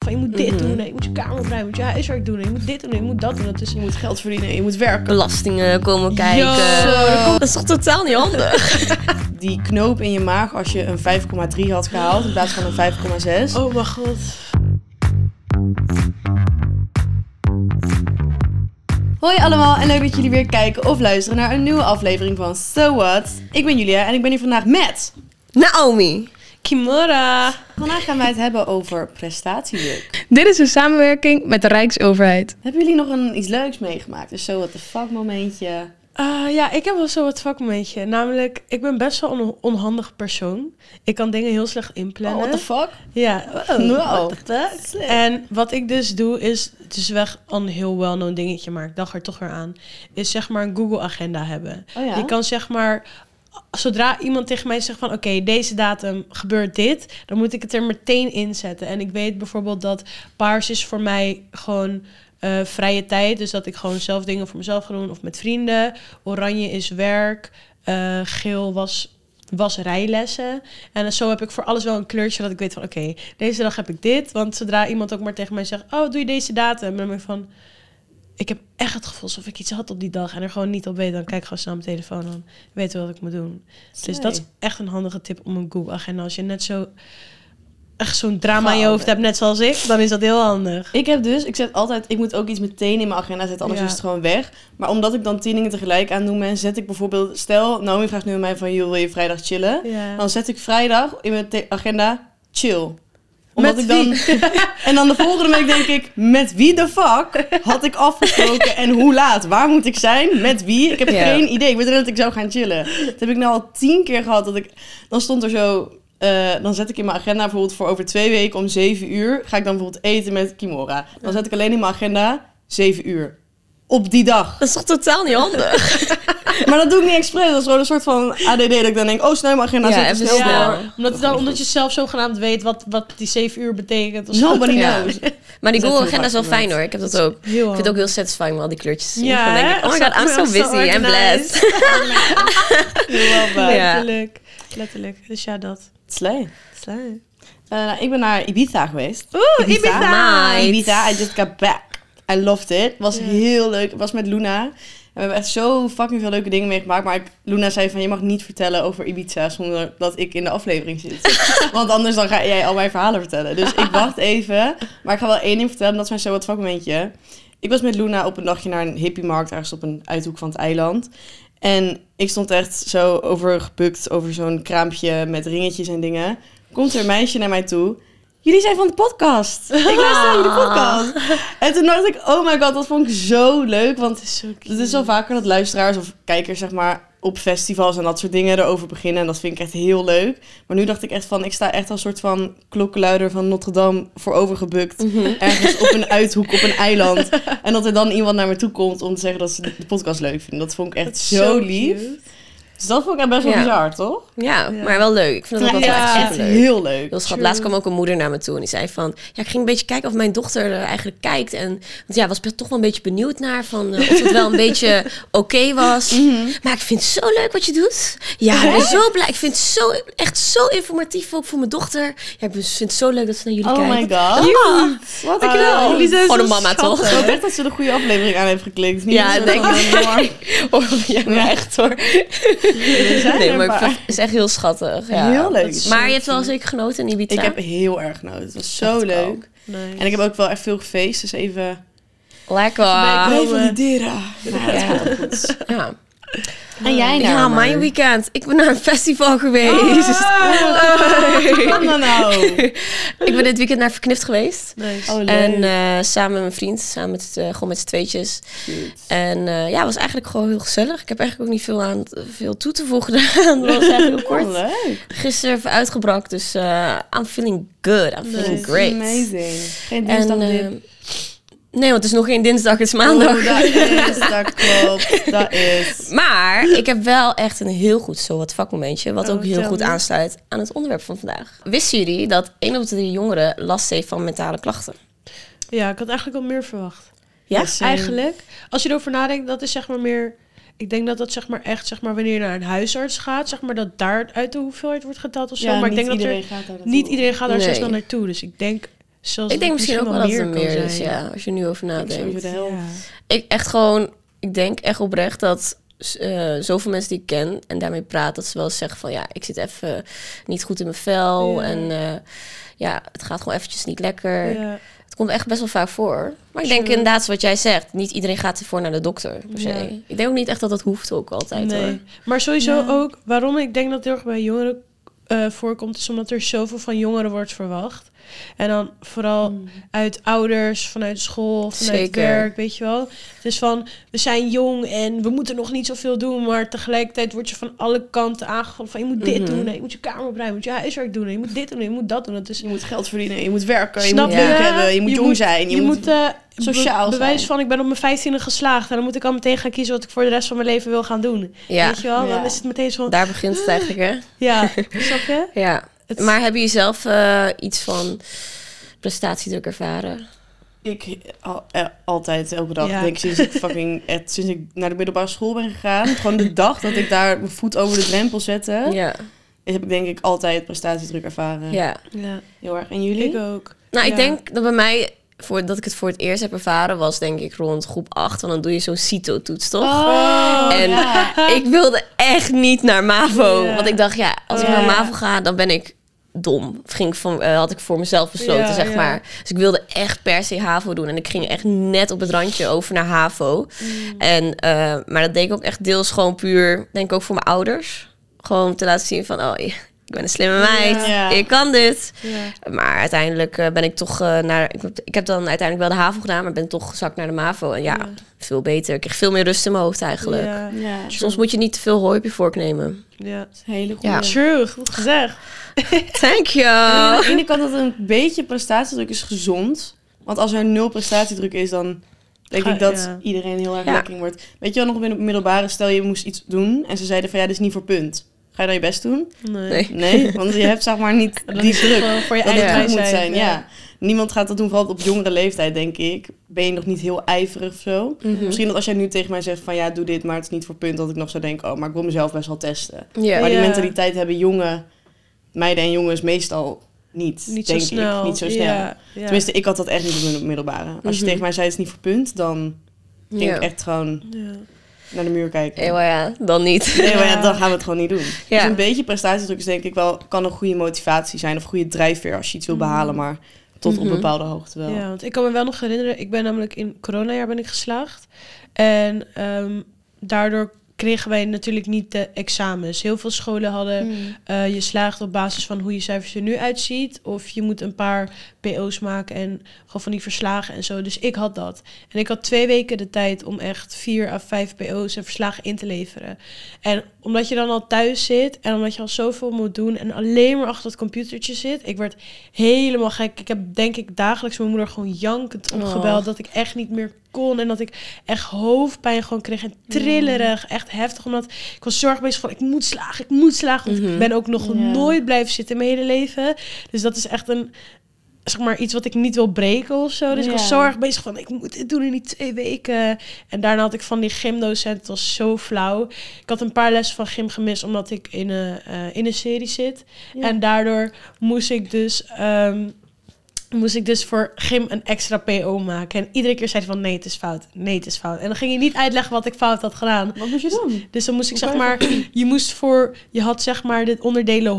van je moet dit doen, je moet je kamer opruimen, je moet je huiswerk doen, je moet dit doen, je moet dat doen. Dus je moet geld verdienen, je moet werken. Belastingen komen kijken. Dat is toch totaal niet handig? Die knoop in je maag als je een 5,3 had gehaald in plaats van een 5,6. Oh mijn god. Hoi allemaal en leuk dat jullie weer kijken of luisteren naar een nieuwe aflevering van So What. Ik ben Julia en ik ben hier vandaag met... Naomi. Kimura. Vandaag gaan wij het hebben over prestatiedruk. Dit is een samenwerking met de Rijksoverheid. Hebben jullie nog iets leuks meegemaakt? Dus So What the fuck momentje? Ja, ik heb wel zo wat vakmomentje. Namelijk, ik ben best wel een onhandig persoon. Ik kan dingen heel slecht inplannen. Oh, what the fuck? Ja. Wow. En wat ik dus doe is, het is weg een heel well-known dingetje, maar ik dacht er toch weer aan, is zeg maar een Google agenda hebben. Oh ja? Je kan zeg maar, zodra iemand tegen mij zegt van oké, deze datum gebeurt dit, dan moet ik het er meteen inzetten. En ik weet bijvoorbeeld dat paars is voor mij gewoon vrije tijd. Dus dat ik gewoon zelf dingen voor mezelf ga doen of met vrienden. Oranje is werk. Geel was rijlessen. En zo heb ik voor alles wel een kleurtje dat ik weet van oké, deze dag heb ik dit. Want zodra iemand ook maar tegen mij zegt, oh, doe je deze datum? Dan ben ik van, ik heb echt het gevoel alsof ik iets had op die dag en er gewoon niet op weet. Dan kijk ik gewoon snel op mijn telefoon en weet wat ik moet doen. Dus dat is echt een handige tip om een Google agenda. Als je net zo echt zo'n drama in je hoofd hebt, net zoals ik, dan is dat heel handig. Ik zet altijd, ik moet ook iets meteen in mijn agenda zetten, anders is het gewoon weg. Maar omdat ik dan 10 dingen tegelijk aan doe, zet ik bijvoorbeeld, stel, Naomi vraagt nu aan mij van, joh, wil je vrijdag chillen? Ja. Dan zet ik vrijdag in mijn agenda, chill. Omdat met ik dan en dan de volgende week denk ik, met wie de fuck had ik afgesproken en hoe laat? Waar moet ik zijn? Met wie? Ik heb geen idee. Ik weet dat ik zou gaan chillen. Dat heb ik nou al 10 keer gehad. Dan stond er zo, dan zet ik in mijn agenda bijvoorbeeld voor over 2 weken om 7 uur. Ga ik dan bijvoorbeeld eten met Kimura. Dan zet ik alleen in mijn agenda 7 uur. Op die dag. Dat is toch totaal niet handig? Maar dat doe ik niet expres. Dat is gewoon een soort van ADD dat ik dan denk, oh, snel mijn agenda zetten, snel door. Omdat je zelf zogenaamd weet wat die 7 uur betekent. Nobody knows. Maar die Google agenda is wel fijn hoor. Ik heb dat ook. Ik vind het ook heel satisfying om al die kleurtjes te zien. Ja, dan denk ik, oh my god, I'm so busy and blessed. Letterlijk. Dus ja, dat. Slee. Ik ben naar Ibiza geweest. Oeh, Ibiza. Nice. Ibiza, I just got back. I loved it. Het was heel leuk. Het was met Luna. En we hebben echt zo fucking veel leuke dingen meegemaakt. Maar Luna zei van, je mag niet vertellen over Ibiza zonder dat ik in de aflevering zit. Want anders dan ga jij al mijn verhalen vertellen. Dus ik wacht even. Maar ik ga wel 1 ding vertellen. Dat is mijn zo wat vakmomentje. Ik was met Luna op een dagje naar een hippiemarkt ergens op een uithoek van het eiland. En ik stond echt zo overgebukt over zo'n kraampje met ringetjes en dingen. Komt er een meisje naar mij toe. Jullie zijn van de podcast. Ik luister naar jullie podcast. En toen dacht ik, oh my god, dat vond ik zo leuk. Want het is wel vaker dat luisteraars of kijkers zeg maar op festivals en dat soort dingen erover beginnen. En dat vind ik echt heel leuk. Maar nu dacht ik echt van, ik sta echt als een soort van klokkenluider van Notre-Dame voorovergebukt. Ergens op een uithoek op een eiland. En dat er dan iemand naar me toe komt om te zeggen dat ze de podcast leuk vinden. Dat vond ik echt zo lief. Cute. Dus dat vond ik echt best wel bizar, toch? Ja, maar wel leuk. Ik vind het ook wel echt superleuk. Heel leuk. Heel schat. Laatst kwam ook een moeder naar me toe en die zei van, ja, ik ging een beetje kijken of mijn dochter er eigenlijk kijkt. En want ja, was toch wel een beetje benieuwd naar van of het wel een beetje oké was. Maar ik vind het zo leuk wat je doet. Ja, ik ben zo blij. Ik vind het echt zo informatief ook voor mijn dochter. Ja, ik vind het zo leuk dat ze naar jullie kijkt. Oh my god. Wat een knal. Jullie zijn gewoon een mama, toch? Ik hoop echt dat ze de goede aflevering aan heeft geklikt. Niet ja, denk ik. Ja, echt hoor. Nee, maar ik vind het is echt heel schattig. Ja. Heel leuk. Maar je hebt wel zeker genoten in Ibiza. Ik heb heel erg genoten. Het was zo leuk. Nice. En ik heb ook wel echt veel gefeest. Dus even... Lekker. Revalideren. Ja. En jij nou? Ja, mijn weekend. Ik ben naar een festival geweest. Wat kan dat nou? Ik ben dit weekend naar Verknipt geweest. Nice. Oh, en samen met mijn vriend. Samen met, gewoon met z'n tweetjes. Cute. En ja, het was eigenlijk gewoon heel gezellig. Ik heb eigenlijk ook niet veel toe te voegen gedaan. Dat was eigenlijk heel kort. Leuk. Gisteren even uitgebracht. Dus I'm feeling good. I'm feeling great. Amazing. Geen dinsdag nee, want het is nog geen dinsdag, het is maandag. Dat klopt. Dat is. Maar ik heb wel echt een heel goed vakmomentje. Wat ook heel goed aansluit aan het onderwerp van vandaag. Wisten jullie dat 1 op de 3 jongeren last heeft van mentale klachten? Ja, ik had eigenlijk al meer verwacht. Ja, eigenlijk. Als je erover nadenkt, dat is zeg maar meer... Ik denk dat zeg maar echt, zeg maar, wanneer je naar een huisarts gaat, zeg maar, dat daar uit de hoeveelheid wordt geteld of zo. Ja, maar ik denk dat niet iedereen gaat daar zo snel naartoe. Dus ik denk Zoals Ik denk het misschien ook wel dat het er kan meer is, zijn. ja. Als je nu over Ik nadenkt. sowieso de helft. Ja. Ik denk echt oprecht dat zoveel mensen die ik ken en daarmee praat, dat ze wel eens zeggen van ja, ik zit even niet goed in mijn vel Ja. en het gaat gewoon eventjes niet lekker. Ja. Het komt echt best wel vaak voor. Maar ik denk True. inderdaad, wat jij zegt, niet iedereen gaat ervoor naar de dokter per se. Ja. Ik denk ook niet echt dat dat hoeft ook altijd hoor. Nee. Maar sowieso Ja. ook, waarom ik denk dat het heel erg bij jongeren voorkomt, is omdat er zoveel van jongeren wordt verwacht. En dan vooral uit ouders, vanuit school, vanuit Zeker. werk, weet je wel. Het is van, we zijn jong en we moeten nog niet zoveel doen, maar tegelijkertijd word je van alle kanten aangevallen van je moet dit doen, en je moet je kamer opruimen, je moet je huiswerk doen, en je moet dit doen, en je moet dat doen. Het is, Je moet geld verdienen, je moet werken, je snap moet je? leuk hebben, je moet jong zijn. Je moet sociaal bewijs zijn. van, ik ben op mijn 15e geslaagd en dan moet ik al meteen gaan kiezen wat ik voor de rest van mijn leven wil gaan doen. Ja. Weet je wel? Dan Ja. is het meteen zo van, Daar begint het eigenlijk, hè? ja, snap je? Ja. Het- Maar heb je zelf iets van prestatiedruk ervaren? Altijd, elke dag. Ja. Ik denk sinds ik naar de middelbare school ben gegaan. Gewoon de dag dat ik daar mijn voet over de drempel zette. Ja. Heb ik denk ik altijd prestatiedruk ervaren. Ja. Ja, Heel erg. En jullie? ik ook. Nou, ik Ja. denk dat bij mij, dat ik het voor het eerst heb ervaren, was denk ik rond groep 8. Want dan doe je zo'n CITO-toets, toch? Oh, En ja. ik wilde echt niet naar MAVO. Ja. Want ik dacht, ja, als ik Ja. naar MAVO ga, dan ben ik dom. Had ik voor mezelf besloten, Ja, zeg ja. maar. Dus ik wilde echt per se HAVO doen. En ik ging echt net op het randje over naar HAVO. Maar dat deed ik ook echt deels gewoon puur, denk ik ook voor mijn ouders. Gewoon om te laten zien van, ik ben een slimme meid. Ja. Ik kan dit. Ja. Maar uiteindelijk ben ik toch ik heb dan uiteindelijk wel de HAVO gedaan, maar ben toch gezakt naar de MAVO. En ja, veel beter. Ik kreeg veel meer rust in mijn hoofd eigenlijk. Ja. Ja. Soms moet je niet te veel hooi op je vork nemen. Ja. Dat is een hele goede. Ja. True, goed gezegd. Thank En aan you. de ene kant dat een beetje prestatiedruk is gezond. Want als er 0 prestatiedruk is, dan denk ik dat Ja. iedereen heel erg Ja. lekker wordt. Weet je wel, nog in het middelbare, stel je moest iets doen. En ze zeiden van, ja, dit is niet voor punt. Ga je dan je best doen? Nee. Nee, want je hebt zeg maar niet Dan die is het druk. gewoon voor je Dat het eigen goed moet wijsheid, zijn, ja. Niemand gaat dat doen, vooral op jongere leeftijd, denk ik. Ben je nog niet heel ijverig of zo. Misschien dat als jij nu tegen mij zegt van, ja, doe dit, maar het is niet voor punt, dat ik nog zou denken, maar ik wil mezelf best wel testen. Ja. Maar die Ja. mentaliteit hebben jonge meiden en jongens meestal niet, Niet denk zo snel. ik. Niet zo snel. Ja. Ja. Tenminste, ik had dat echt niet op mijn middelbare. Als je tegen mij zei, het is niet voor punt, dan ging ik echt gewoon Ja. naar de muur kijken. Maar ja, dan niet. Nee, maar ja, dan gaan we het gewoon niet doen. Ja. Dus een beetje prestatiedruk is denk ik wel, kan een goede motivatie zijn of goede drijfveer als je iets wil behalen, maar tot op bepaalde hoogte wel. Ja, want ik kan me wel nog herinneren, ik ben namelijk in coronajaar ben ik geslaagd. En daardoor kregen wij natuurlijk niet de examens. Heel veel scholen hadden je slaagt op basis van hoe je cijfers er nu uitziet. Of je moet een paar PO's maken en gewoon van die verslagen en zo. Dus ik had dat. En ik had 2 weken de tijd om echt 4 à 5 PO's en verslagen in te leveren. En omdat je dan al thuis zit en omdat je al zoveel moet doen en alleen maar achter het computertje zit. Ik werd helemaal gek. Ik heb denk ik dagelijks mijn moeder gewoon jankend opgebeld dat ik echt niet meer kon. En dat ik echt hoofdpijn gewoon kreeg en trillerig. Echt heftig, omdat ik was zo erg bezig van ik moet slagen. Want ik ben ook nog nooit blijven zitten in mijn hele leven. Dus dat is echt een, zeg maar, iets wat ik niet wil breken of zo. Dus ik was zo erg bezig van ik moet dit doen in die 2 weken. En daarna had ik van die gymdocent, het was zo flauw. Ik had een paar lessen van gym gemist omdat ik in een serie zit. Ja. En daardoor moest ik dus voor gym een extra PO maken. En iedere keer zei hij van nee, het is fout. Nee, het is fout. En dan ging je niet uitleggen wat ik fout had gedaan. Wat moet je doen? Dus dan moest ik Hoe zeg kan je maar... Je had zeg maar de onderdelen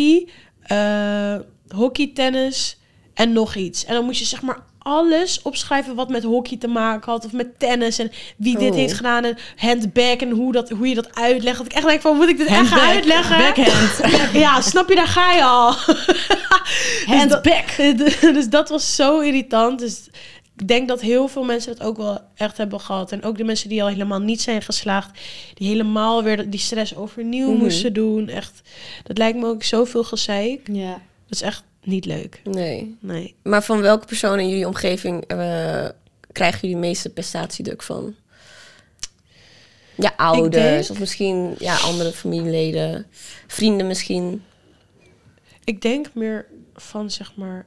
hockey, tennis en nog iets. En dan moest je zeg maar alles opschrijven wat met hockey te maken had. Of met tennis en wie dit heeft gedaan. En handbag en hoe je dat uitlegt. Dat ik echt denk van, moet ik dit echt gaan uitleggen? Backhand. Ja, snap je, daar ga je al. Handbag. Dus dat was zo irritant. Dus ik denk dat heel veel mensen het ook wel echt hebben gehad. En ook de mensen die al helemaal niet zijn geslaagd. Die helemaal weer die stress overnieuw moesten doen. Echt, dat lijkt me ook zoveel gezeik. Ja. Dat is echt niet leuk. Nee. Nee. Maar van welke persoon in jullie omgeving krijgen jullie de meeste prestatiedruk van? Ja, ouders of misschien andere familieleden, vrienden misschien. Ik denk meer van, zeg maar,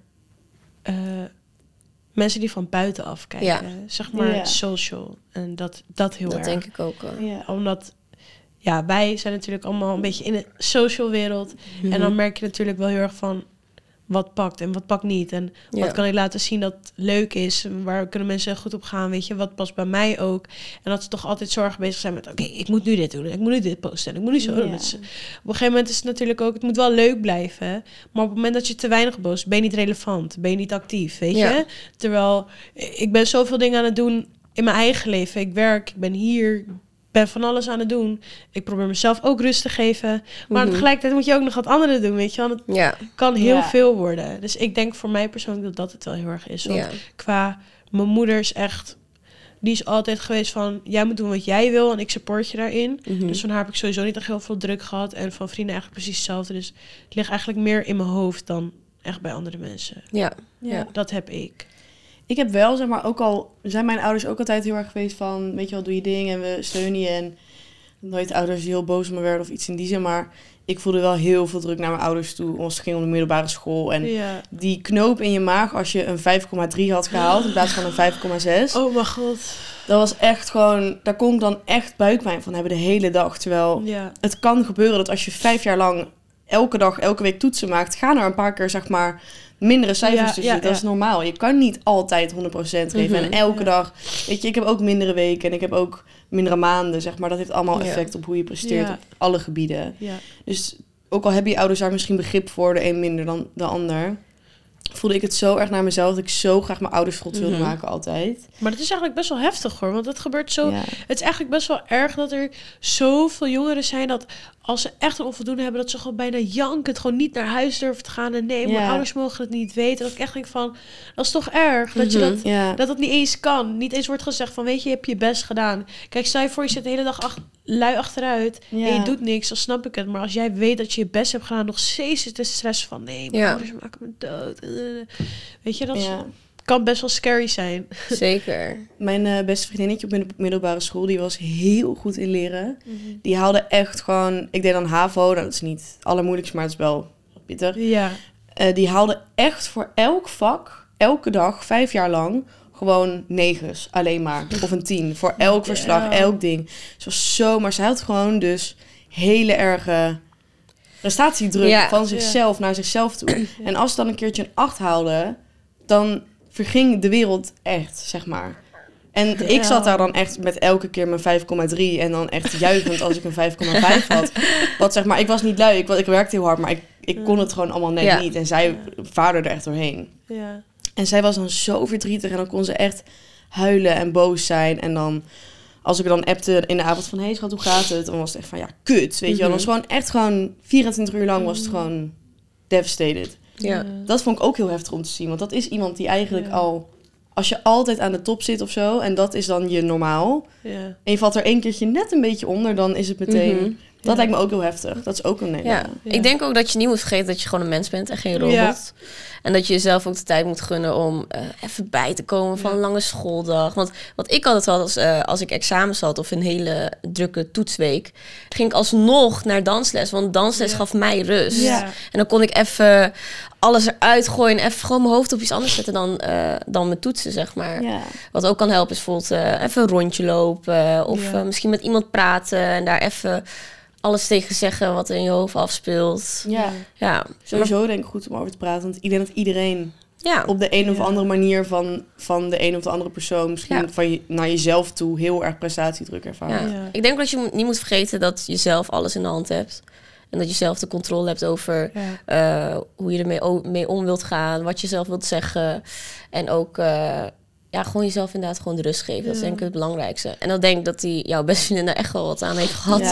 mensen die van buitenaf kijken. Ja. Zeg maar Ja. social. En dat heel Dat erg. denk ik ook wel. Ja. Omdat, wij zijn natuurlijk allemaal een beetje in de social wereld. En dan merk je natuurlijk wel heel erg van... wat pakt en wat pakt niet. En wat kan ik laten zien dat leuk is. Waar kunnen mensen goed op gaan, weet je. Wat past bij mij ook. En dat ze toch altijd zorg bezig zijn met... oké, ik moet nu dit doen. Ik moet nu dit posten. En ik moet nu zo doen. Dus op een gegeven moment is het natuurlijk ook... het moet wel leuk blijven. Maar op het moment dat je te weinig post... ben je niet relevant. Ben je niet actief, weet je. Terwijl ik ben zoveel dingen aan het doen... in mijn eigen leven. Ik werk, ik ben hier... ben van alles aan het doen. Ik probeer mezelf ook rust te geven. Maar tegelijkertijd moet je ook nog wat andere doen, weet je. Want het kan heel veel worden. Dus ik denk voor mij persoonlijk dat dat het wel heel erg is. Want qua mijn moeder is echt... die is altijd geweest van... jij moet doen wat jij wil en ik support je daarin. Dus van haar heb ik sowieso niet echt heel veel druk gehad. En van vrienden eigenlijk precies hetzelfde. Dus het ligt eigenlijk meer in mijn hoofd dan echt bij andere mensen. Ja. Dat heb ik. Ik heb wel, zeg maar, ook al... zijn mijn ouders ook altijd heel erg geweest van... weet je wel, doe je ding en we steunen je. En nooit ouders die heel boos op me werden of iets in die zin. Maar ik voelde wel heel veel druk naar mijn ouders toe. Als het ging om de middelbare school. En die knoop in je maag als je een 5,3 had gehaald... in plaats van een 5,6. Oh mijn god. Dat was echt gewoon... daar kon ik dan echt buikpijn van hebben de hele dag. Terwijl het kan gebeuren dat als je 5 jaar lang... elke dag, elke week toetsen maakt... gaan er een paar keer, zeg maar... mindere cijfers tussen. Dat is normaal. Je kan niet altijd 100% geven. En elke dag... weet je, ik heb ook mindere weken... en ik heb ook mindere maanden, zeg maar. Dat heeft allemaal effect op hoe je presteert... op alle gebieden. Ja. Dus ook al hebben je ouders daar misschien begrip voor... de een minder dan de ander... voelde ik het zo erg naar mezelf... dat ik zo graag mijn ouders trots wilde maken altijd. Maar dat is eigenlijk best wel heftig, hoor. Want het gebeurt zo... Het is eigenlijk best wel erg dat er zoveel jongeren zijn... dat als ze echt een onvoldoende hebben... dat ze gewoon bijna jankend gewoon niet naar huis durven te gaan. En nee, mijn ouders mogen het niet weten. Dat ik echt denk van... dat is toch erg dat je dat niet eens kan. Niet eens wordt gezegd van... weet je, je hebt je best gedaan. Kijk, stel je voor, je zit de hele dag lui achteruit... en je doet niks, dan snap ik het. Maar als jij weet dat je je best hebt gedaan... nog steeds is de stress van... nee, mijn ouders maken me dood. Weet je, dat kan best wel scary zijn. Zeker. Mijn beste vriendinnetje op middelbare school... die was heel goed in leren. Die haalde echt gewoon... ik deed dan HAVO, dat is niet het allermoeilijkste... maar het is wel pittig. Ja. Die haalde echt voor elk vak... elke dag, 5 jaar lang... gewoon 9's, alleen maar. Of een 10. Voor elk verslag, elk ding. Ze was zo... maar zij had gewoon dus... hele erge... prestatiedruk van zichzelf naar zichzelf toe. En als ze dan een keertje een 8 haalde... dan verging de wereld echt, zeg maar. En ik zat daar dan echt met elke keer mijn 5,3... en dan echt juichend als ik een 5,5 had. Wat zeg maar, ik was niet lui, ik werkte heel hard... maar ik kon het gewoon allemaal net niet. En zij vaarde er echt doorheen. Ja. En zij was dan zo verdrietig... en dan kon ze echt huilen en boos zijn. En dan, als ik er dan appte in de avond van... hey schat, hoe gaat het? Dan was het echt van, kut, weet je wel. Dan was gewoon echt gewoon 24 uur lang was het gewoon devastated. Ja. Dat vond ik ook heel heftig om te zien. Want dat is iemand die eigenlijk al... als je altijd aan de top zit of zo... en dat is dan je normaal... en je valt er 1 keertje net een beetje onder... dan is het meteen... Dat lijkt me ook heel heftig. Dat is ook een... Ik denk ook dat je niet moet vergeten... dat je gewoon een mens bent en geen robot. Ja. En dat je jezelf ook de tijd moet gunnen... om even bij te komen van een lange schooldag. Want wat ik altijd had als ik examens had... of een hele drukke toetsweek... ging ik alsnog naar dansles. Want dansles gaf mij rust. Ja. En dan kon ik even alles eruit gooien... en even gewoon mijn hoofd op iets anders zetten... dan mijn toetsen, zeg maar. Ja. Wat ook kan helpen is bijvoorbeeld even een rondje lopen... of misschien met iemand praten... en daar even... alles tegen zeggen wat er in je hoofd afspeelt. Ja. Sowieso denk ik goed om over te praten. Want ik denk dat iedereen op de een of andere manier... van de een of de andere persoon... misschien van naar jezelf toe heel erg prestatiedruk ervaart. Ja. Ik denk dat je niet moet vergeten dat je zelf alles in de hand hebt. En dat je zelf de controle hebt over hoe je ermee om wilt gaan. Wat je zelf wilt zeggen. En ook... gewoon jezelf inderdaad gewoon de rust geven. Dat is denk ik het belangrijkste. En dan denk ik dat jouw beste vriendin daar echt wel wat aan heeft gehad.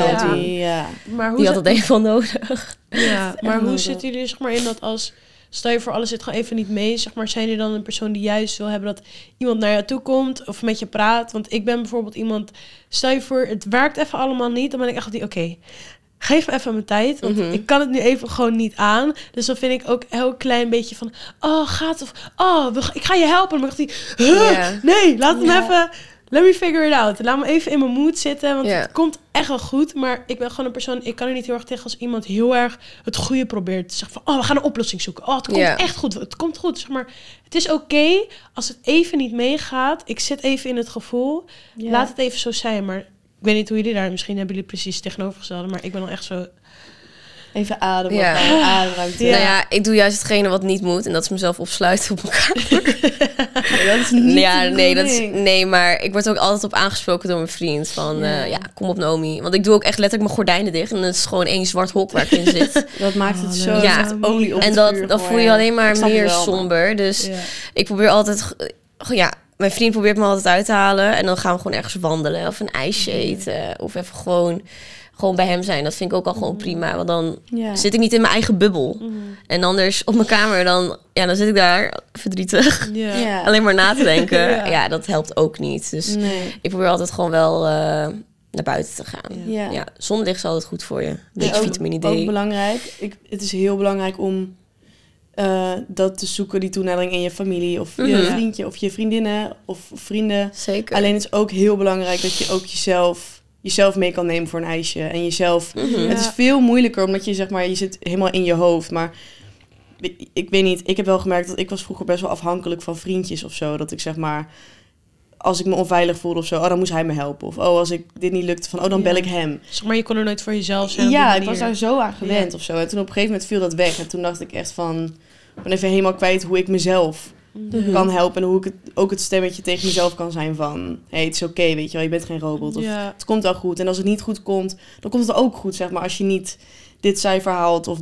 Maar die had dat denk ik wel nodig. Ja, maar hoe zitten jullie zeg maar in dat als... stel je voor, alles zit gewoon even niet mee. Zeg maar, zijn jullie dan een persoon die juist wil hebben... dat iemand naar jou toe komt of met je praat? Want ik ben bijvoorbeeld iemand... stel je voor, het werkt even allemaal niet. Dan ben ik echt oké, geef me even mijn tijd. Want ik kan het nu even gewoon niet aan. Dus dan vind ik ook een heel klein beetje van... ik ga je helpen. Maar dan dacht hij... nee, laat hem even... Let me figure it out. Laat me even in mijn mood zitten. Want het komt echt wel goed. Maar ik ben gewoon een persoon... Ik kan er niet heel erg tegen als iemand heel erg het goede probeert. Te zeggen van... we gaan een oplossing zoeken. Het komt echt goed. Het komt goed. Zeg maar, het is oké als het even niet meegaat. Ik zit even in het gevoel. Laat het even zo zijn. Maar... ik weet niet hoe jullie daar... misschien hebben jullie precies tegenovergestelde... maar ik ben dan echt zo... Even ademen. Ja. Ademruimte. Nou ja, ik doe juist hetgene wat niet moet. En dat is mezelf opsluiten op elkaar. Dat is niet Nee, maar ik word ook altijd op aangesproken door mijn vriend. Van, kom op Naomi. Want ik doe ook echt letterlijk mijn gordijnen dicht. En het is gewoon één zwart hok waar ik in zit. Dat maakt het zo Ja. echt olie op En het vuur. dan voel je alleen maar Ik snap het meer wel, somber. Dus Ja. ik probeer altijd... mijn vriend probeert me altijd uit te halen. En dan gaan we gewoon ergens wandelen. Of een ijsje eten. Of even gewoon bij hem zijn. Dat vind ik ook al gewoon prima. Want dan Ja. zit ik niet in mijn eigen bubbel. En anders op mijn kamer, dan zit ik daar verdrietig. Ja. Ja. Alleen maar na te denken. Ja. Ja, dat helpt ook niet. Dus Nee. ik probeer altijd gewoon wel naar buiten te gaan. Ja. Ja, zonlicht is altijd goed voor je. Een beetje ook- vitamine D. Ook belangrijk. Het is heel belangrijk om dat te zoeken, die toenadering in je familie. Of je vriendje, of je vriendinnen, of vrienden. Zeker. Alleen het is ook heel belangrijk dat je ook jezelf mee kan nemen voor een ijsje. En jezelf... Het is veel moeilijker, omdat je zeg maar... Je zit helemaal in je hoofd, maar... Ik weet niet, ik heb wel gemerkt dat ik was vroeger best wel afhankelijk van vriendjes of zo. Dat ik zeg maar... Als ik me onveilig voelde of zo, dan moest hij me helpen. Of als ik dit niet lukte, dan bel ik hem. Zeg maar, je kon er nooit voor jezelf zijn. op Ja, die ik manier. was daar zo aan gewend of zo. En toen op een gegeven moment viel dat weg. En toen dacht ik echt van... Ik ben even helemaal kwijt hoe ik mezelf kan helpen. En hoe ik ook het stemmetje tegen mezelf kan zijn van... Hey, het is oké, weet je wel. Je bent geen robot. Of Ja. het komt wel goed. En als het niet goed komt, dan komt het ook goed, zeg maar. Als je niet dit cijfer haalt of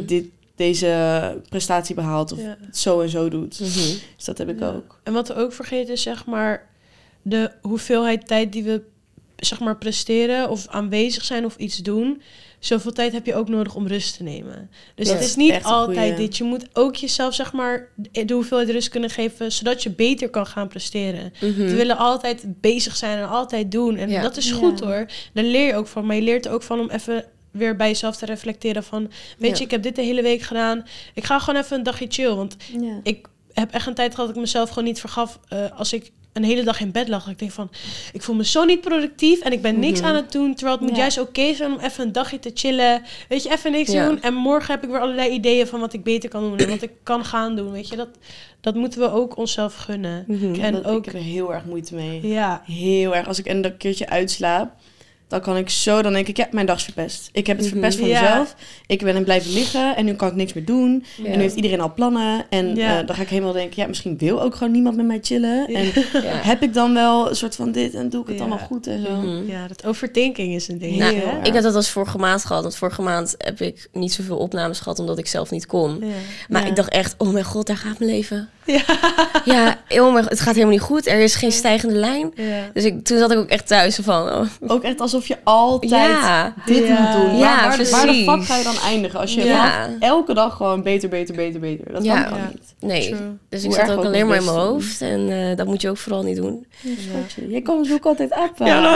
deze prestatie behaalt. Of het zo en zo doet. Dus dat heb ik ook. En wat we ook vergeten is, zeg maar, de hoeveelheid tijd die we, zeg maar, presteren of aanwezig zijn of iets doen. Zoveel tijd heb je ook nodig om rust te nemen. Dus Dat het is is niet echt een altijd goeie. dit. Je moet ook jezelf, zeg maar, de hoeveelheid rust kunnen geven, zodat je beter kan gaan presteren. We willen altijd bezig zijn en altijd doen. En Ja. dat is goed hoor. Daar leer je ook van. Maar je leert er ook van om even weer bij jezelf te reflecteren van, weet je, ik heb dit de hele week gedaan. Ik ga gewoon even een dagje chill. Want Ja. ik heb echt een tijd gehad dat ik mezelf gewoon niet vergaf als ik een hele dag in bed lag. Dat ik denk van, ik voel me zo niet productief en ik ben niks aan het doen. Terwijl het moet juist oké zijn om even een dagje te chillen. Weet je, even niks doen. En morgen heb ik weer allerlei ideeën van wat ik beter kan doen en wat ik kan gaan doen. Weet je, dat moeten we ook onszelf gunnen. En ook, Ik heb er heel erg moeite mee. ja, Heel erg. Als ik een keertje uitslaap, dan kan ik zo... Dan denk ik, ja, mijn dag is verpest. Ik heb het verpest van Ja. mezelf. Ik ben blijven liggen en nu kan ik niks meer doen. Ja. En nu heeft iedereen al plannen. En dan ga ik helemaal denken, ja, misschien wil ook gewoon niemand met mij chillen. En heb ik dan wel een soort van dit en doe ik het allemaal goed en zo. ja, dat overthinking is een ding. Nou, Heel hè? erg. ik heb dat als vorige maand gehad. Want vorige maand heb ik niet zoveel opnames gehad, omdat ik zelf niet kon. Ja. Maar Ja. ik dacht echt, oh mijn god, daar gaat mijn leven. Ja. Ja, oh mijn god, het gaat helemaal niet goed. Er is geen stijgende lijn. Ja. Dus toen zat ik ook echt thuis van... Oh. Ook echt alsof je altijd dit Ja. moet doen. Ja, Waar de precies. fuck ga je dan eindigen? Als je Ja. vanaf elke dag gewoon beter. Dat Ja. kan gewoon Ja. niet. Nee, True. dus ik Hoe zat erg ook ook alleen ons maar in mijn best doen. hoofd. En dat moet je ook vooral niet doen. Schatje, jij komt zoek altijd op.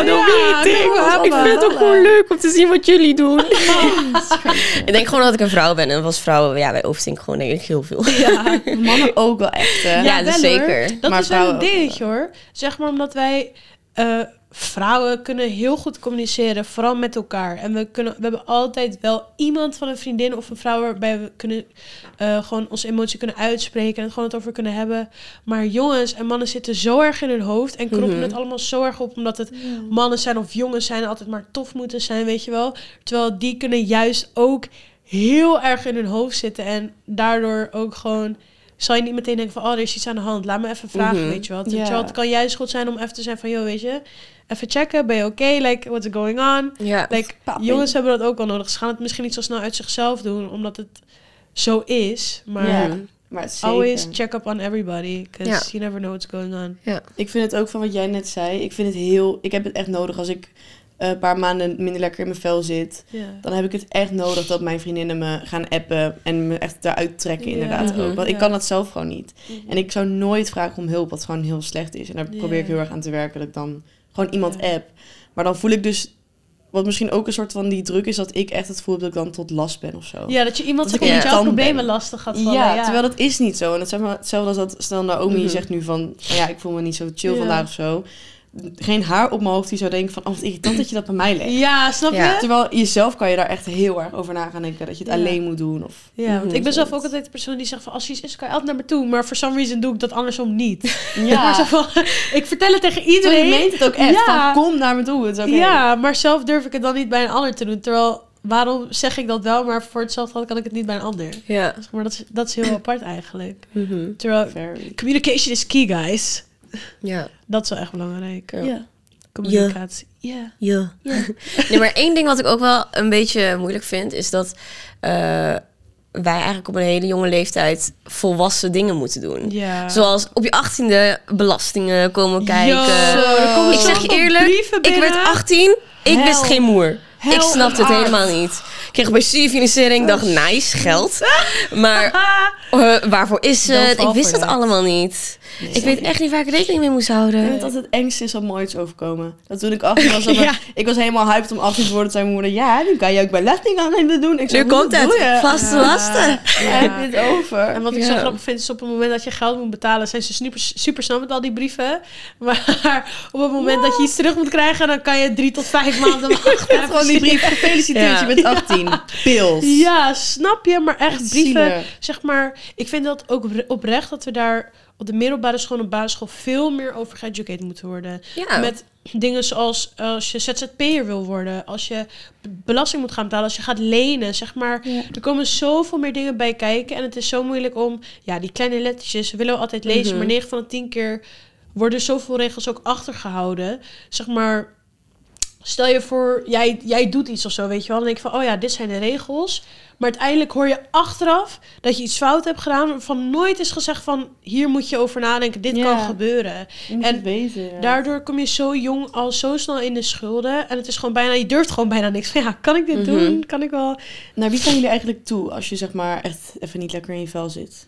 Ik vind het ook gewoon leuk om te zien wat jullie doen. Ik denk gewoon dat ik een vrouw ben. En als vrouwen, wij overdenken gewoon denk ik heel veel. Ja, mannen ook wel echt, hè? Ja, dus wel, hoor. zeker. Dat Maar is wel een vrouwen ook dingetje hoor. Zeg maar omdat wij vrouwen kunnen heel goed communiceren, vooral met elkaar. En we hebben altijd wel iemand van een vriendin of een vrouw waarbij we kunnen gewoon onze emotie kunnen uitspreken en het gewoon het over kunnen hebben. Maar jongens en mannen zitten zo erg in hun hoofd en kroppen het allemaal zo erg op omdat het mannen zijn of jongens zijn en altijd maar tof moeten zijn, weet je wel. Terwijl die kunnen juist ook heel erg in hun hoofd zitten en daardoor ook gewoon zal je niet meteen denken van, oh, er is iets aan de hand. Laat me even vragen, weet je wel. Ja. Terwijl het kan juist goed zijn om even te zijn van, joh, weet je, even checken, ben je oké? Like, what's going on? Ja. Like, Papi. jongens hebben dat ook wel nodig. Ze gaan het misschien niet zo snel uit zichzelf doen, omdat het zo is. Maar Ja, maar zeker. always check up on everybody, because Ja. you never know what's going on. Ik vind het ook van wat jij net zei. Ik heb het echt nodig als ik een paar maanden minder lekker in mijn vel zit. Ja. Dan heb ik het echt nodig dat mijn vriendinnen me gaan appen en me echt daaruit trekken Ja. inderdaad ook. Want ik Ja. kan dat zelf gewoon niet. En ik zou nooit vragen om hulp, wat gewoon heel slecht is. En daar probeer ik Ja. heel erg aan te werken, dat ik dan gewoon iemand Ja. app. Maar dan voel ik dus, wat misschien ook een soort van die druk is, dat ik echt het gevoel heb dat ik dan tot last ben of zo. Ja, dat je iemand Dat zegt ik dat jouw irritant problemen ben. lastig gaat vallen. Ja, Ja, terwijl dat is niet zo. En het is zeg maar hetzelfde als dat, stel Naomi zegt nu van, ja, ik voel me niet zo chill Ja. vandaag of zo. Geen haar op mijn hoofd die zou denken van, oh, wat irritant dat je dat bij mij legt. Ja, snap Ja. je? Terwijl jezelf kan je daar echt heel erg over na gaan denken, dat je het Ja. alleen moet doen. Of, Ja, want ik ben zelf ook zoiets. altijd de persoon die zegt van, als je iets is, kan je altijd naar me toe. Maar for some reason doe ik dat andersom niet. Ja, Maar zo van, ik vertel het tegen iedereen iedereen. meent het ook echt, Ja. van kom naar me toe, het is oké. Ja, maar zelf durf ik het dan niet bij een ander te doen. Terwijl waarom zeg ik dat wel, maar voor hetzelfde geld kan ik het niet bij een ander. Ja. Zeg maar dat is heel apart eigenlijk. Mhm. Terwijl Very. communication is key, guys. Ja. Dat is wel echt belangrijk. Ja. Communicatie. Ja. Ja. Nee, maar één ding wat ik ook wel een beetje moeilijk vind, is dat wij eigenlijk op een hele jonge leeftijd volwassen dingen moeten doen. Ja. Zoals op je 18e belastingen komen kijken. er komen Ik zeg je zoveel eerlijk, brieven ik werd binnen. 18, ik Hel. wist geen moer. Hel Ik snapte het en helemaal niet. Ik kreeg bij studiefinanciering, dacht nice, geld. Maar waarvoor is Don't het? fall Ik wist for het that. allemaal niet. Ik weet echt niet waar ik rekening mee moest houden. Ik weet dat het engste is wat me ooit is overkomen. Dat toen ik 18 was, Ja. ik was helemaal hyped om 18 te worden. Zei mijn moeder, ja, nu kan je ook belasting aan hem doen. Ik zei, Nu hoe komt het. bedoel je? Vaste lasten. Waar heb je het over? En wat ik zo Ja. grappig vind, is op het moment dat je geld moet betalen, zijn ze super snel met al die brieven. Maar op het moment dat je iets terug moet krijgen, dan kan je 3 tot 5 maanden wachten. Gewoon die brief, gefeliciteerd, Ja. je bent 18. Pils. Ja, snap je? Maar echt brieven, zielig. zeg maar, ik vind dat ook oprecht dat we daar op de middelbare school en basisschool veel meer over geëducated moeten worden. Ja. Met dingen zoals als je ZZP'er wil worden, als je belasting moet gaan betalen, als je gaat lenen, zeg maar. Ja. Er komen zoveel meer dingen bij kijken en het is zo moeilijk om, ja, die kleine lettertjes willen we altijd lezen, maar 9 van de 10 keer worden zoveel regels ook achtergehouden. Zeg maar, stel je voor, jij doet iets of zo, weet je wel. Dan denk je van, oh ja, dit zijn de regels. Maar uiteindelijk hoor je achteraf dat je iets fout hebt gedaan, waarvan nooit is gezegd van, hier moet je over nadenken, dit Ja. kan gebeuren. Je moet En het weten. Ja. Daardoor kom je zo jong al zo snel in de schulden. En het is gewoon bijna, je durft gewoon bijna niks. Van, ja, kan ik dit doen? Kan ik wel? Naar wie gaan jullie eigenlijk toe als je zeg maar echt even niet lekker in je vel zit?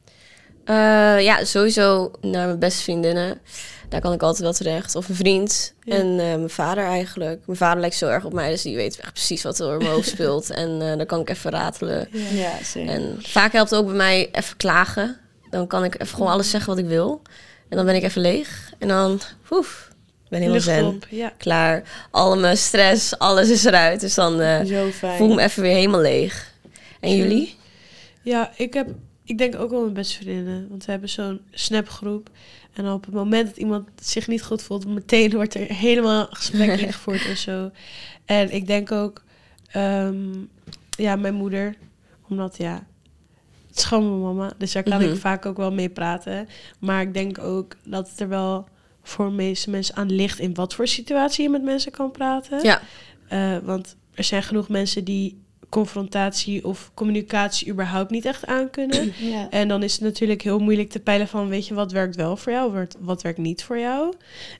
Ja, sowieso naar mijn beste vriendinnen. Daar kan ik altijd wel terecht. Of een vriend. Ja. En mijn vader eigenlijk. Mijn vader lijkt zo erg op mij, dus die weet echt precies wat er door mijn hoofd speelt. En dan kan ik even ratelen. Ja, zeker. En vaak helpt het ook bij mij even klagen. Dan kan ik even gewoon alles zeggen wat ik wil. En dan ben ik even leeg. En dan, ben helemaal Lucht zen. op, ja. Klaar. Al mijn stress, alles is eruit. Dus dan Zo fijn. voel ik me even weer helemaal leeg. En jullie? Ja, ik denk ook wel mijn beste vriendinnen. Want we hebben zo'n snapgroep. En op het moment dat iemand zich niet goed voelt, meteen wordt er helemaal gesprek ingevoerd en zo. En ik denk ook, ja, mijn moeder. Omdat, ja, het is gewoon mijn mama. Dus daar kan ik vaak ook wel mee praten. Maar ik denk ook dat het er wel voor de meeste mensen aan ligt in wat voor situatie je met mensen kan praten. Ja. Want er zijn genoeg mensen die confrontatie of communicatie überhaupt niet echt aankunnen. Ja. En dan is het natuurlijk heel moeilijk te peilen van, weet je, wat werkt wel voor jou, wat werkt niet voor jou.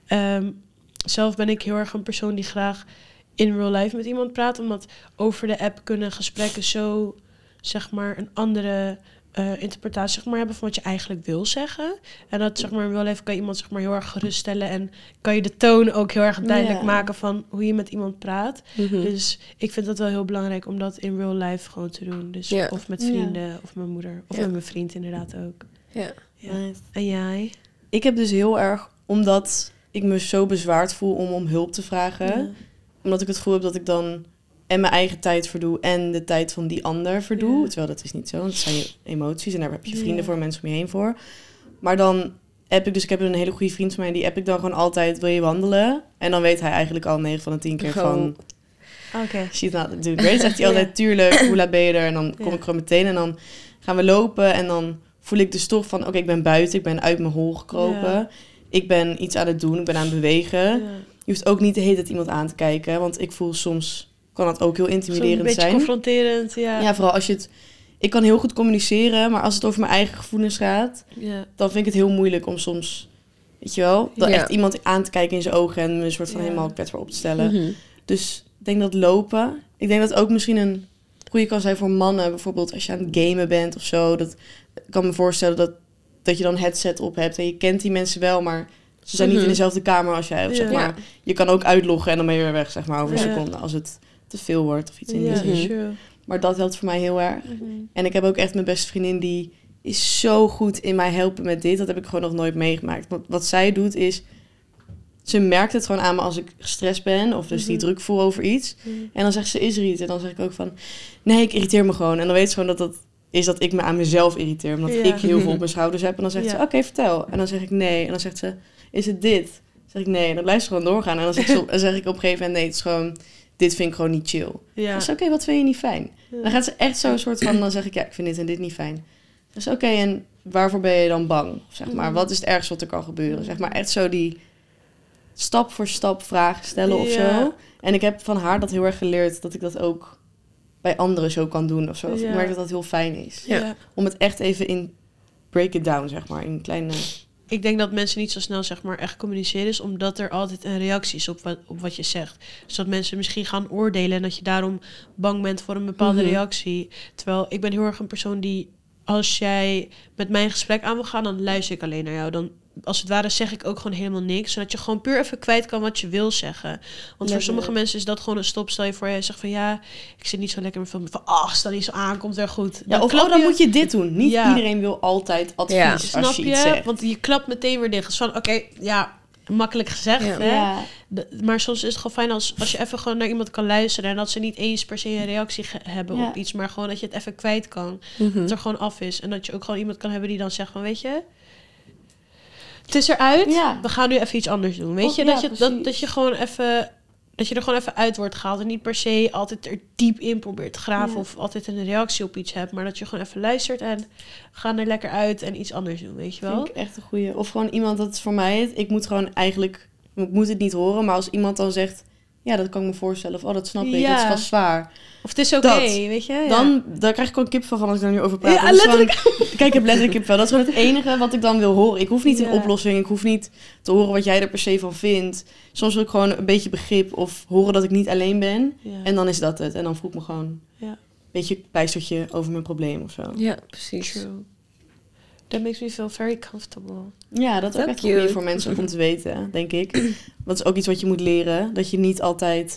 Zelf ben ik heel erg een persoon die graag in real life met iemand praat, omdat over de app kunnen gesprekken zo, zeg maar, een andere interpretatie, zeg maar, hebben van wat je eigenlijk wil zeggen. En dat, zeg maar, in real life kan je iemand, zeg maar, heel erg geruststellen en kan je de toon ook heel erg duidelijk Ja. maken van hoe je met iemand praat. Mhm. Dus ik vind dat wel heel belangrijk om dat in real life gewoon te doen. Dus Ja. of met vrienden, of mijn moeder, of Ja. met mijn vriend inderdaad ook. Ja. Ja. Nice. En jij? Ik heb dus heel erg, omdat ik me zo bezwaard voel om hulp te vragen. Ja. Omdat ik het gevoel heb dat ik dan en mijn eigen tijd verdoe en de tijd van die ander verdoe. Ja. Terwijl dat is niet zo, want het zijn je emoties en daar heb je Ja. vrienden voor, mensen om je heen voor. Maar dan ik heb een hele goede vriend van mij, die app ik dan gewoon altijd, wil je wandelen? En dan weet hij eigenlijk al 9 van de 10 keer van, Oké. she's not doing great. Zegt hij altijd, tuurlijk, hoe laat ben je er? En dan kom Ja. ik gewoon meteen en dan gaan we lopen en dan voel ik dus toch van, oké, ik ben buiten, ik ben uit mijn hol gekropen. Ja. Ik ben iets aan het doen, ik ben aan het bewegen. Ja. Je hoeft ook niet de hele tijd iemand aan te kijken, want ik voel soms, kan dat ook heel Zo'n intimiderend beetje zijn. confronterend, ja. Ja, vooral als je het, ik kan heel goed communiceren, maar als het over mijn eigen gevoelens gaat, Ja. dan vind ik het heel moeilijk om soms, weet je wel, dan Ja. echt iemand aan te kijken in zijn ogen en me een soort van Ja. helemaal kwetsbaar op te stellen. Mhm. Dus ik denk dat lopen, ik denk dat ook misschien een goede kan zijn voor mannen, bijvoorbeeld als je aan het gamen bent of zo. Dat, ik kan me voorstellen dat je dan een headset op hebt en je kent die mensen wel, maar ze zijn niet in dezelfde kamer als jij. Of zeg Ja. maar, je kan ook uitloggen en dan ben je weer weg, zeg maar, over een Ja. seconde als het te veel wordt of iets in die Ja, zin. true. Maar dat helpt voor mij heel erg. Mhm. En ik heb ook echt mijn beste vriendin, die is zo goed in mij helpen met dit. Dat heb ik gewoon nog nooit meegemaakt. Wat zij doet is, ze merkt het gewoon aan me als ik gestrest ben of dus die druk voel over iets. Mhm. En dan zegt ze, is er iets? En dan zeg ik ook van, nee, ik irriteer me gewoon. En dan weet ze gewoon dat is dat ik me aan mezelf irriteer. Omdat Ja. ik heel veel op mijn schouders heb. En dan zegt Ja. ze, oké, vertel. En dan zeg ik nee. En dan zegt ze, is het dit? Dan zeg ik nee. En dan blijft ze gewoon doorgaan. En dan zeg ik op een gegeven moment, nee, het is gewoon dit vind ik gewoon niet chill. Ja. Dan is oké, wat vind je niet fijn? Dan gaat ze echt zo'n soort van, dan zeg ik, ja, ik vind dit en dit niet fijn. Dus oké, en waarvoor ben je dan bang? Zeg maar, wat is het ergste wat er kan gebeuren? Zeg maar, echt zo die stap voor stap vragen stellen of zo. En ik heb van haar dat heel erg geleerd, dat ik dat ook bij anderen zo kan doen of zo. Of ik merk dat dat heel fijn is. Ja. Om het echt even in, break it down, zeg maar, in kleine... Ik denk dat mensen niet zo snel zeg maar echt communiceren is, omdat er altijd een reactie is op wat je zegt. Dus dat mensen misschien gaan oordelen en dat je daarom bang bent voor een bepaalde reactie. Terwijl ik ben heel erg een persoon die, als jij met mij een gesprek aan wil gaan, dan luister ik alleen naar jou. Dan, als het ware, zeg ik ook gewoon helemaal niks. Zodat je gewoon puur even kwijt kan wat je wil zeggen. Want voor sommige mensen is dat gewoon een stop. Stel je voor, jij zegt van ja, ik zit niet zo lekker met van stel niet zo aan, komt weer goed. Ja, dan moet je dit doen. Niet iedereen wil altijd advies als snap je iets zegt. Want je klapt meteen weer dicht. Dus van, oké, makkelijk gezegd. Ja. Hè? Ja. Maar soms is het gewoon fijn als je even gewoon naar iemand kan luisteren. En dat ze niet eens per se een reactie hebben op iets. Maar gewoon dat je het even kwijt kan. Dat het er gewoon af is. En dat je ook gewoon iemand kan hebben die dan zegt van, weet je, het is eruit. Ja. We gaan nu even iets anders doen. Weet je, dat je gewoon even... Dat je er gewoon even uit wordt gehaald. En niet per se altijd er diep in probeert te graven. Of altijd een reactie op iets hebt. Maar dat je gewoon even luistert. En ga er lekker uit en iets anders doen. Weet je wel? Vind ik echt een goeie. Of gewoon iemand, dat is voor mij ik moet gewoon eigenlijk... Ik moet het niet horen. Maar als iemand dan zegt... Ja, dat kan ik me voorstellen. Of dat snap ik. Ja. Dat is vast zwaar. Of het is oké, weet je? Ja. Dan krijg ik gewoon kipvel van als ik daar nu over praat. Ja, Dat is letterlijk. gewoon- kijk, ik heb letterlijk kipvel. Dat is gewoon het enige wat ik dan wil horen. Ik hoef niet een oplossing. Ik hoef niet te horen wat jij er per se van vindt. Soms wil ik gewoon een beetje begrip. Of horen dat ik niet alleen ben. Ja. En dan is dat het. En dan voel ik me gewoon Ja. een beetje pleistertje over mijn probleem of zo. Ja, precies. True. That makes me feel very comfortable. Ja, dat is ook So echt goed cute. voor mensen om te weten, denk ik. Dat is ook iets wat je moet leren. Dat je niet altijd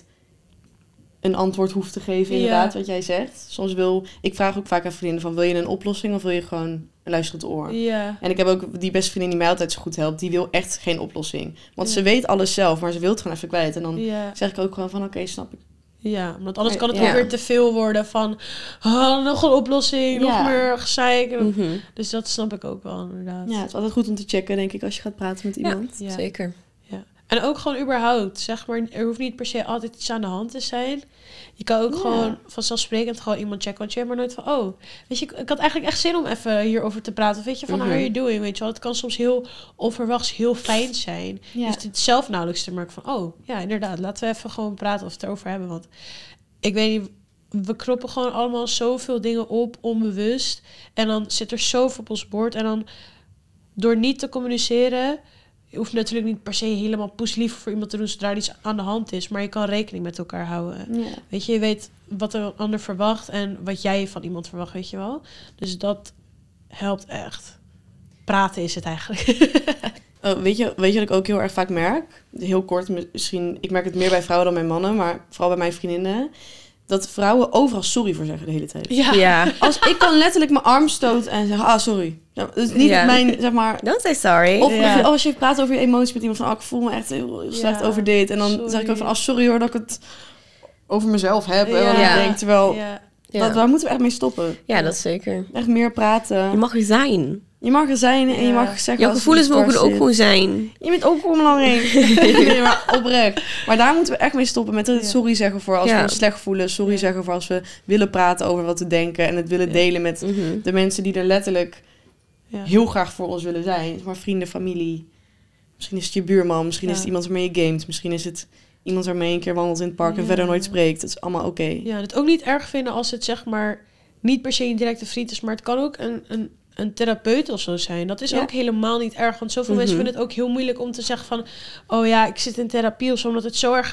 een antwoord hoeft te geven, inderdaad, wat jij zegt. Ik vraag ook vaak aan vriendinnen van, wil je een oplossing of wil je gewoon een luisterend oor? Ja. En ik heb ook die beste vriendin die mij altijd zo goed helpt, die wil echt geen oplossing. Want ze weet alles zelf, maar ze wil het gewoon even kwijt. En dan zeg ik ook gewoon van, oké, snap ik. Ja, want anders kan het Ja. ook weer te veel worden van... nog een oplossing, nog meer gezeik. Dus dat snap ik ook wel, inderdaad. Ja, het is altijd goed om te checken, denk ik, als je gaat praten met iemand. Ja. Zeker. Ja. En ook gewoon überhaupt, zeg maar, er hoeft niet per se altijd iets aan de hand te zijn. Je kan ook gewoon vanzelfsprekend gewoon iemand checken. Want je hebt maar nooit van, oh, weet je, ik had eigenlijk echt zin om even hierover te praten. Weet je, van how are you doing, weet je wel. Het kan soms heel onverwachts heel fijn zijn. Ja. Dus het zelf nauwelijks te merken van, oh, ja, inderdaad, laten we even gewoon praten of het erover hebben. Want ik weet niet, we kroppen gewoon allemaal zoveel dingen op, onbewust. En dan zit er zoveel op ons bord. En dan, door niet te communiceren... Je hoeft natuurlijk niet per se helemaal poeslief voor iemand te doen zodra er iets aan de hand is. Maar je kan rekening met elkaar houden. Ja. Weet je weet wat een ander verwacht en wat jij van iemand verwacht, weet je wel. Dus dat helpt echt. Praten is het eigenlijk. Oh, weet je wat ik ook heel erg vaak merk? Heel kort misschien, ik merk het meer bij vrouwen dan bij mannen, maar vooral bij mijn vriendinnen. Dat vrouwen overal sorry voor zeggen de hele tijd. Ja. Ik kan letterlijk mijn arm stoten en zeggen, sorry. Ja, dat is niet mijn, zeg maar... Don't say sorry. Of als je praat over je emoties met iemand van, ik voel me echt heel slecht over dit. En dan zeg ik ook van, sorry hoor dat ik het over mezelf heb. En wat ik denk, terwijl, daar moeten we echt mee stoppen. Ja, dat zeker. Echt meer praten. Je mag er zijn. Je mag er zijn en je mag zeggen... Jouw gevoelens mogen er ook gewoon zijn. Je bent ook gewoon belangrijk. Nee, maar oprecht. Maar daar moeten we echt mee stoppen met het sorry zeggen voor als we ons slecht voelen. Sorry zeggen voor als we willen praten over wat we denken. En het willen delen met de mensen die er letterlijk heel graag voor ons willen zijn. Maar vrienden, familie. Misschien is het je buurman. Misschien is het iemand waarmee je gamet. Misschien is het iemand waarmee je een keer wandelt in het park en verder nooit spreekt. Dat is allemaal oké. Ja, het ook niet erg vinden als het zeg maar niet per se een directe vriend is. Maar het kan ook een therapeut of zo zijn. Dat is ook helemaal niet erg. Want zoveel mensen vinden het ook heel moeilijk om te zeggen van... oh ja, ik zit in therapie of zo. Omdat het zo erg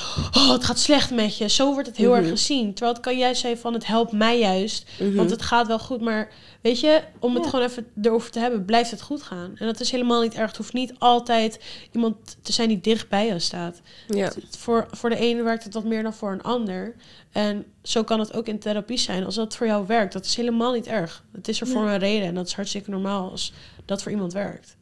het gaat slecht met je. Zo wordt het heel erg gezien. Terwijl het kan juist zijn van, het helpt mij juist. Want het gaat wel goed. Maar weet je, om het gewoon even erover te hebben... blijft het goed gaan. En dat is helemaal niet erg. Het hoeft niet altijd iemand te zijn die dicht bij je staat. Ja. Voor de ene werkt het wat meer dan voor een ander. En zo kan het ook in therapie zijn. Als dat voor jou werkt, dat is helemaal niet erg. Het is er voor een reden. En dat is hartstikke normaal als dat voor iemand werkt.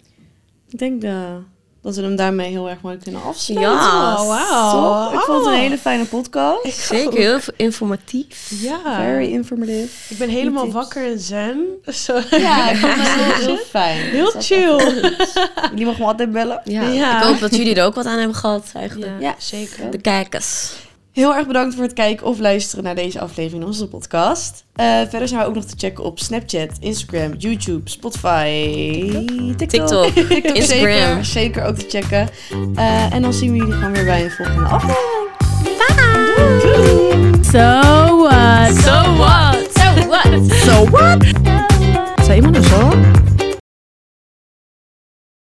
Ik denk dat we hem daarmee heel erg mooi kunnen afsluiten. Ja, Toch? Ik vond het een hele fijne podcast. Zeker, heel informatief. Ja. Very informative. Ik ben helemaal wakker en zen. Zo. Ja, ik vond het heel fijn. Heel chill. Jullie mogen me altijd bellen. Ja. Ja. Ik hoop dat jullie er ook wat aan hebben gehad, eigenlijk. Ja, zeker. De kijkers. Heel erg bedankt voor het kijken of luisteren naar deze aflevering in onze podcast. Verder zijn we ook nog te checken op Snapchat, Instagram, YouTube, Spotify, TikTok, Instagram. Zeker ook te checken. En dan zien we jullie gewoon weer bij een volgende aflevering. So what? So what? So what? So what?